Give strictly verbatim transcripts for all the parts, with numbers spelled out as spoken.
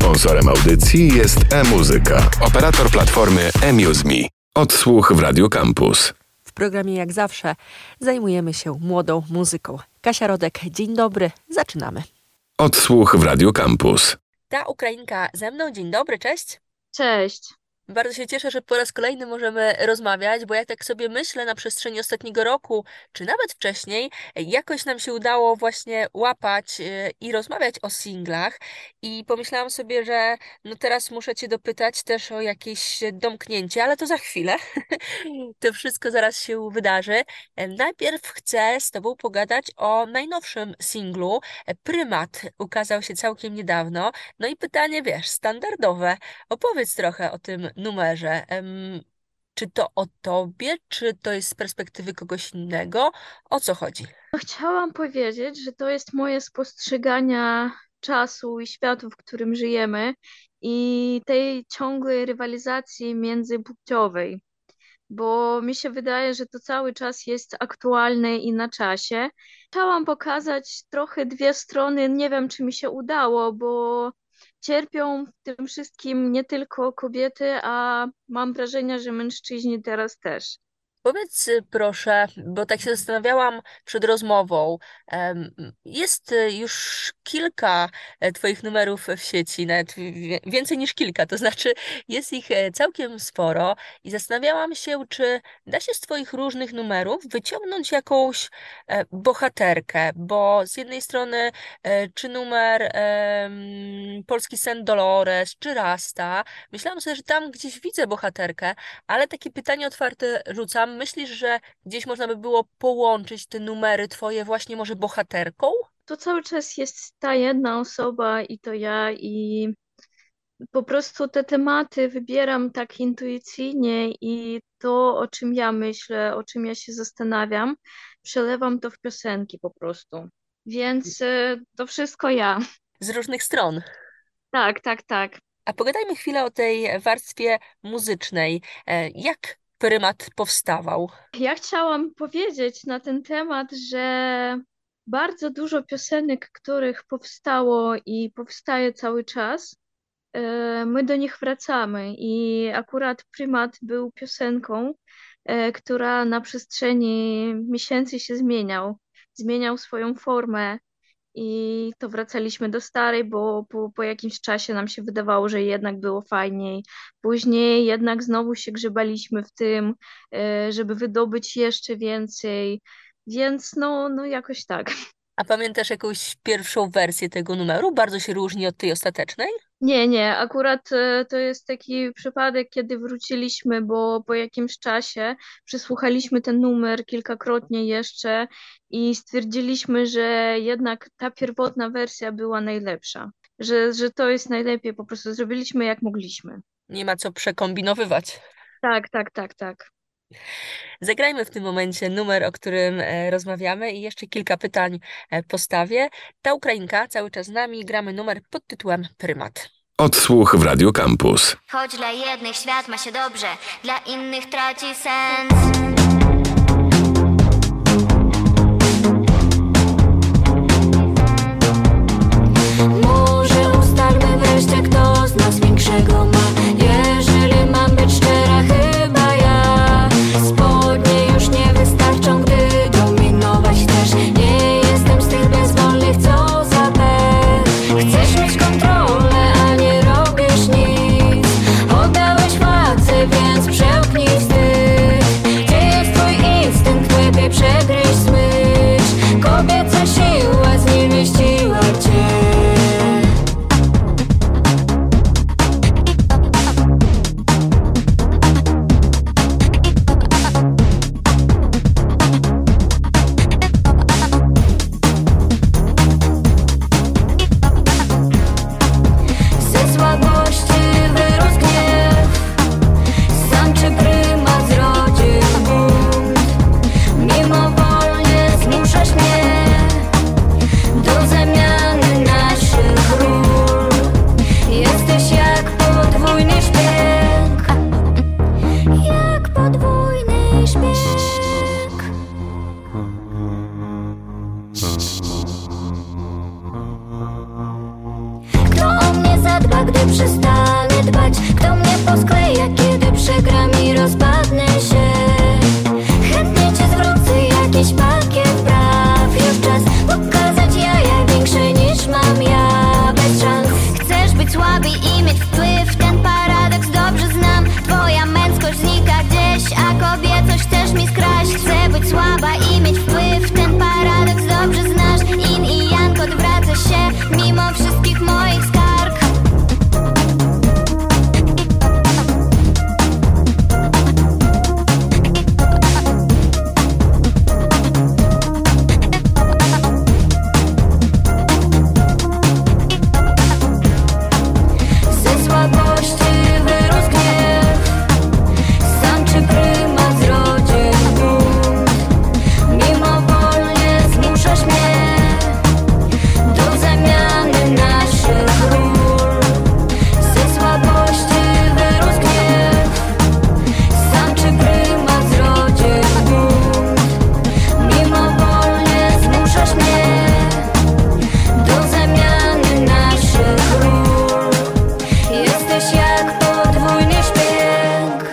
Sponsorem audycji jest e-muzyka, operator platformy eMuseMe. Odsłuch w Radio Campus. W programie jak zawsze zajmujemy się młodą muzyką. Kasia Rodek, dzień dobry, zaczynamy. Odsłuch w Radio Campus. Ta Ukrainka ze mną, dzień dobry, cześć. Cześć. Bardzo się cieszę, że po raz kolejny możemy rozmawiać, bo ja tak sobie myślę na przestrzeni ostatniego roku, czy nawet wcześniej, jakoś nam się udało właśnie łapać i rozmawiać o singlach i pomyślałam sobie, że no teraz muszę Cię dopytać też o jakieś domknięcie, ale to za chwilę. To wszystko zaraz się wydarzy. Najpierw chcę z Tobą pogadać o najnowszym singlu. Prymat ukazał się całkiem niedawno. No i pytanie, wiesz, standardowe. Opowiedz trochę o tym numerze. Em, czy to o tobie, czy to jest z perspektywy kogoś innego? O co chodzi? Chciałam powiedzieć, że to jest moje spostrzegania czasu i światu, w którym żyjemy i tej ciągłej rywalizacji międzypłciowej, bo mi się wydaje, że to cały czas jest aktualne i na czasie. Chciałam pokazać trochę dwie strony, nie wiem, czy mi się udało, bo cierpią w tym wszystkim nie tylko kobiety, a mam wrażenie, że mężczyźni teraz też. Powiedz y, proszę, bo tak się zastanawiałam przed rozmową. em, Jest y, już kilka e, Twoich numerów w sieci, nawet wie- więcej niż kilka, to znaczy jest ich e, całkiem sporo i zastanawiałam się, czy da się z Twoich różnych numerów wyciągnąć jakąś e, bohaterkę, bo z jednej strony e, czy numer em, Polski Sen Dolores, czy Rasta, myślałam sobie, że tam gdzieś widzę bohaterkę, ale takie pytanie otwarte rzucam. Myślisz, że gdzieś można by było połączyć te numery twoje właśnie może bohaterką? To cały czas jest ta jedna osoba i to ja i po prostu te tematy wybieram tak intuicyjnie i to, o czym ja myślę, o czym ja się zastanawiam, przelewam to w piosenki po prostu. Więc e, to wszystko ja. Z różnych stron. Tak, tak, tak. A pogadajmy chwilę o tej warstwie muzycznej. E, Jak Prymat powstawał? Ja chciałam powiedzieć na ten temat, że bardzo dużo piosenek, których powstało i powstaje cały czas, e, my do nich wracamy i akurat Prymat był piosenką, e, która na przestrzeni miesięcy się zmieniał, zmieniał swoją formę i to wracaliśmy do starej, bo po, po jakimś czasie nam się wydawało, że jednak było fajniej. Później jednak znowu się grzebaliśmy w tym, e, żeby wydobyć jeszcze więcej, więc no, no jakoś tak. A pamiętasz jakąś pierwszą wersję tego numeru? Bardzo się różni od tej ostatecznej? Nie, nie, akurat e, to jest taki przypadek, kiedy wróciliśmy, bo po jakimś czasie przesłuchaliśmy ten numer kilkakrotnie jeszcze i stwierdziliśmy, że jednak ta pierwotna wersja była najlepsza, że, że to jest najlepiej, po prostu zrobiliśmy jak mogliśmy. Nie ma co przekombinowywać. Tak, tak, tak, tak. Zagrajmy w tym momencie numer, o którym e, rozmawiamy i jeszcze kilka pytań e, postawię. Ta Ukrainka cały czas z nami, gramy numer pod tytułem Prymat. Odsłuch w Radio Campus. Choć dla jednych świat ma się dobrze, dla innych traci sens. Może ustalmy wreszcie, kto z nas większego ma. Jeżeli mam być szczera, chyba ja. Spodnie już nie wystarczą, gdy dominować też. Nie jestem z tych bezwolnych, co za pech. Chcesz mieć kontrolę, a nie robisz nic. Oddałeś władzę, więc przełknij wstyd. Gdzie jest twój słaby i mieć wpływ. Ten paradoks dobrze znam. Twoja męskość znika gdzieś, a kobiecość chcesz mi skraść. Chcę być słaba i mieć wpływ. Ten paradoks dobrze znasz. Yin i yang odwraca się mimo wszystkich moich skarg. Ze słabości wyrósł gniew. Sam czy prymat zrodził bunt. Mimowolnie zmuszasz mnie do zamiany naszych ról. Ze słabości wyrósł gniew. Sam czy prymat zrodził bunt. Mimowolnie zmuszasz mnie do zamiany naszych ról. Jesteś jak podwójny szpieg.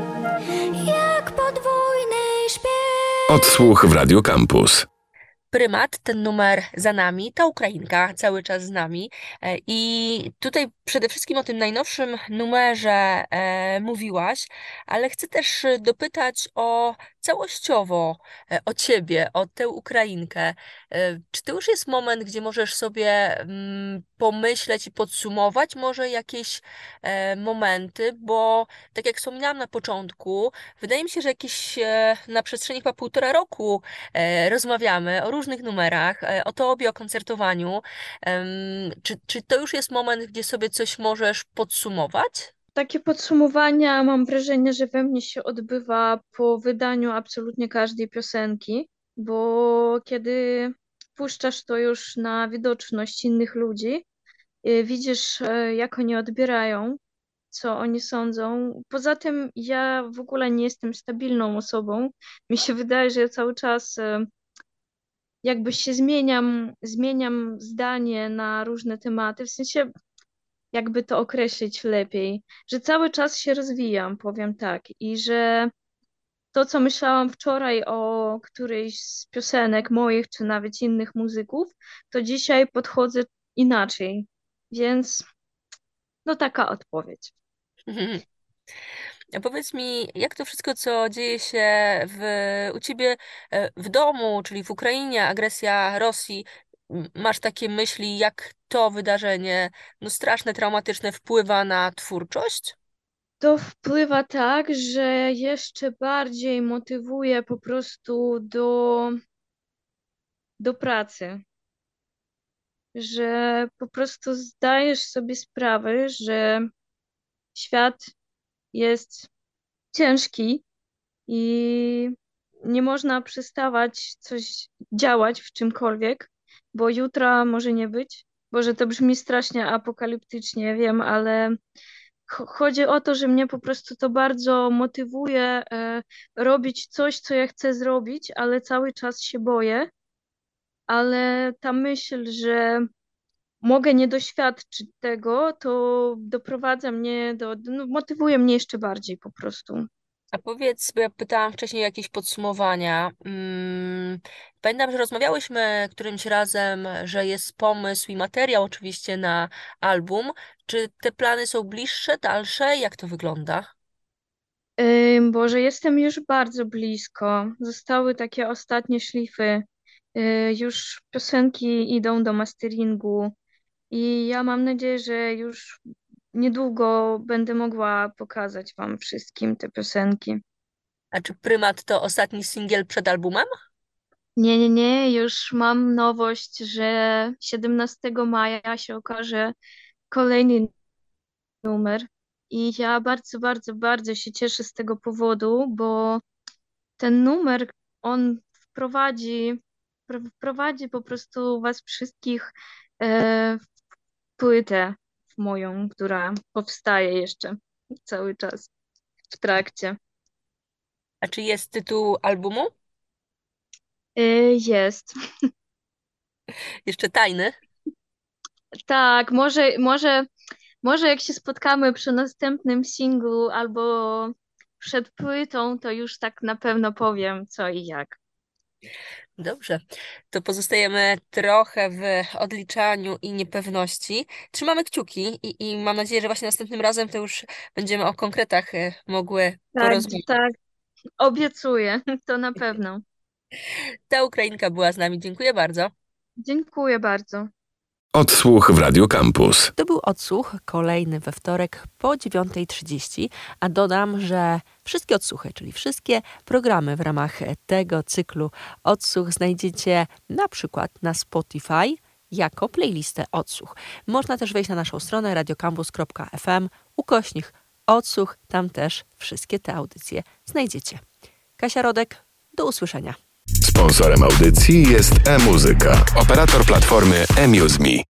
Jak podwójny szpieg. Odsłuch w Radio Campus. Prymat, ten numer za nami, ta Ukrainka cały czas z nami. E, I tutaj przede wszystkim o tym najnowszym numerze e, mówiłaś, ale chcę też e, dopytać o całościowo e, o ciebie, o tę Ukrainkę. E, Czy to już jest moment, gdzie możesz sobie mm, pomyśleć i podsumować może jakieś e, momenty, bo tak jak wspominałam na początku, wydaje mi się, że jakieś e, na przestrzeni chyba półtora roku e, rozmawiamy o różnych numerach, e, o tobie, o koncertowaniu. Em, Czy, czy to już jest moment, gdzie sobie coś możesz podsumować? Takie podsumowania mam wrażenie, że we mnie się odbywa po wydaniu absolutnie każdej piosenki, bo kiedy puszczasz to już na widoczność innych ludzi, y, widzisz, e, jak oni odbierają, co oni sądzą. Poza tym ja w ogóle nie jestem stabilną osobą. Mi się wydaje, że ja cały czas e, jakby się zmieniam, zmieniam zdanie na różne tematy, w sensie jakby to określić lepiej, że cały czas się rozwijam, powiem tak, i że to, co myślałam wczoraj o którejś z piosenek moich, czy nawet innych muzyków, to dzisiaj podchodzę inaczej, więc no taka odpowiedź. A powiedz mi, jak to wszystko, co dzieje się w, u ciebie e, w domu, czyli w Ukrainie, agresja Rosji, m- masz takie myśli, jak to wydarzenie, no straszne, traumatyczne, wpływa na twórczość? To wpływa tak, że jeszcze bardziej motywuje po prostu do, do pracy, że po prostu zdajesz sobie sprawę, że świat jest ciężki i nie można przestawać coś działać w czymkolwiek, bo jutra może nie być. Boże, to brzmi strasznie apokaliptycznie, wiem, ale ch- chodzi o to, że mnie po prostu to bardzo motywuje e, robić coś, co ja chcę zrobić, ale cały czas się boję. Ale ta myśl, że mogę nie doświadczyć tego, to doprowadza mnie do, no, motywuje mnie jeszcze bardziej po prostu. A powiedz, bo ja pytałam wcześniej o jakieś podsumowania. Mm, Pamiętam, że rozmawiałyśmy którymś razem, że jest pomysł i materiał oczywiście na album. Czy te plany są bliższe, dalsze? Jak to wygląda? Ym, Boże, jestem już bardzo blisko. Zostały takie ostatnie szlify. Y, Już piosenki idą do masteringu i ja mam nadzieję, że już niedługo będę mogła pokazać Wam wszystkim te piosenki. A czy Prymat to ostatni singiel przed albumem? Nie, nie, nie, już mam nowość, że siedemnastego maja się okaże kolejny numer i ja bardzo, bardzo, bardzo się cieszę z tego powodu, bo ten numer, on wprowadzi, wpro- wprowadzi po prostu was wszystkich e, w płytę w moją, która powstaje jeszcze cały czas w trakcie. A czy jest tytuł albumu? E, jest. Jeszcze tajny? Tak, może, może, może jak się spotkamy przy następnym singlu albo przed płytą, to już tak na pewno powiem co i jak. Dobrze, to pozostajemy trochę w odliczaniu i niepewności. Trzymamy kciuki i, i mam nadzieję, że właśnie następnym razem to już będziemy o konkretach e, mogły Tak, porozmawiać. tak, obiecuję, to na pewno. Ta Ukrainka była z nami. Dziękuję bardzo. Dziękuję bardzo. Odsłuch w Radio Campus. To był odsłuch kolejny we wtorek po dziewiątej trzydzieści, a dodam, że wszystkie odsłuchy, czyli wszystkie programy w ramach tego cyklu odsłuch znajdziecie na przykład na Spotify jako playlistę odsłuch. Można też wejść na naszą stronę radiocampus kropka f m ukośnik odsłuch, tam też wszystkie te audycje znajdziecie. Kasia Rodek, do usłyszenia. Sponsorem audycji jest e-muzyka, operator platformy eMuseMe.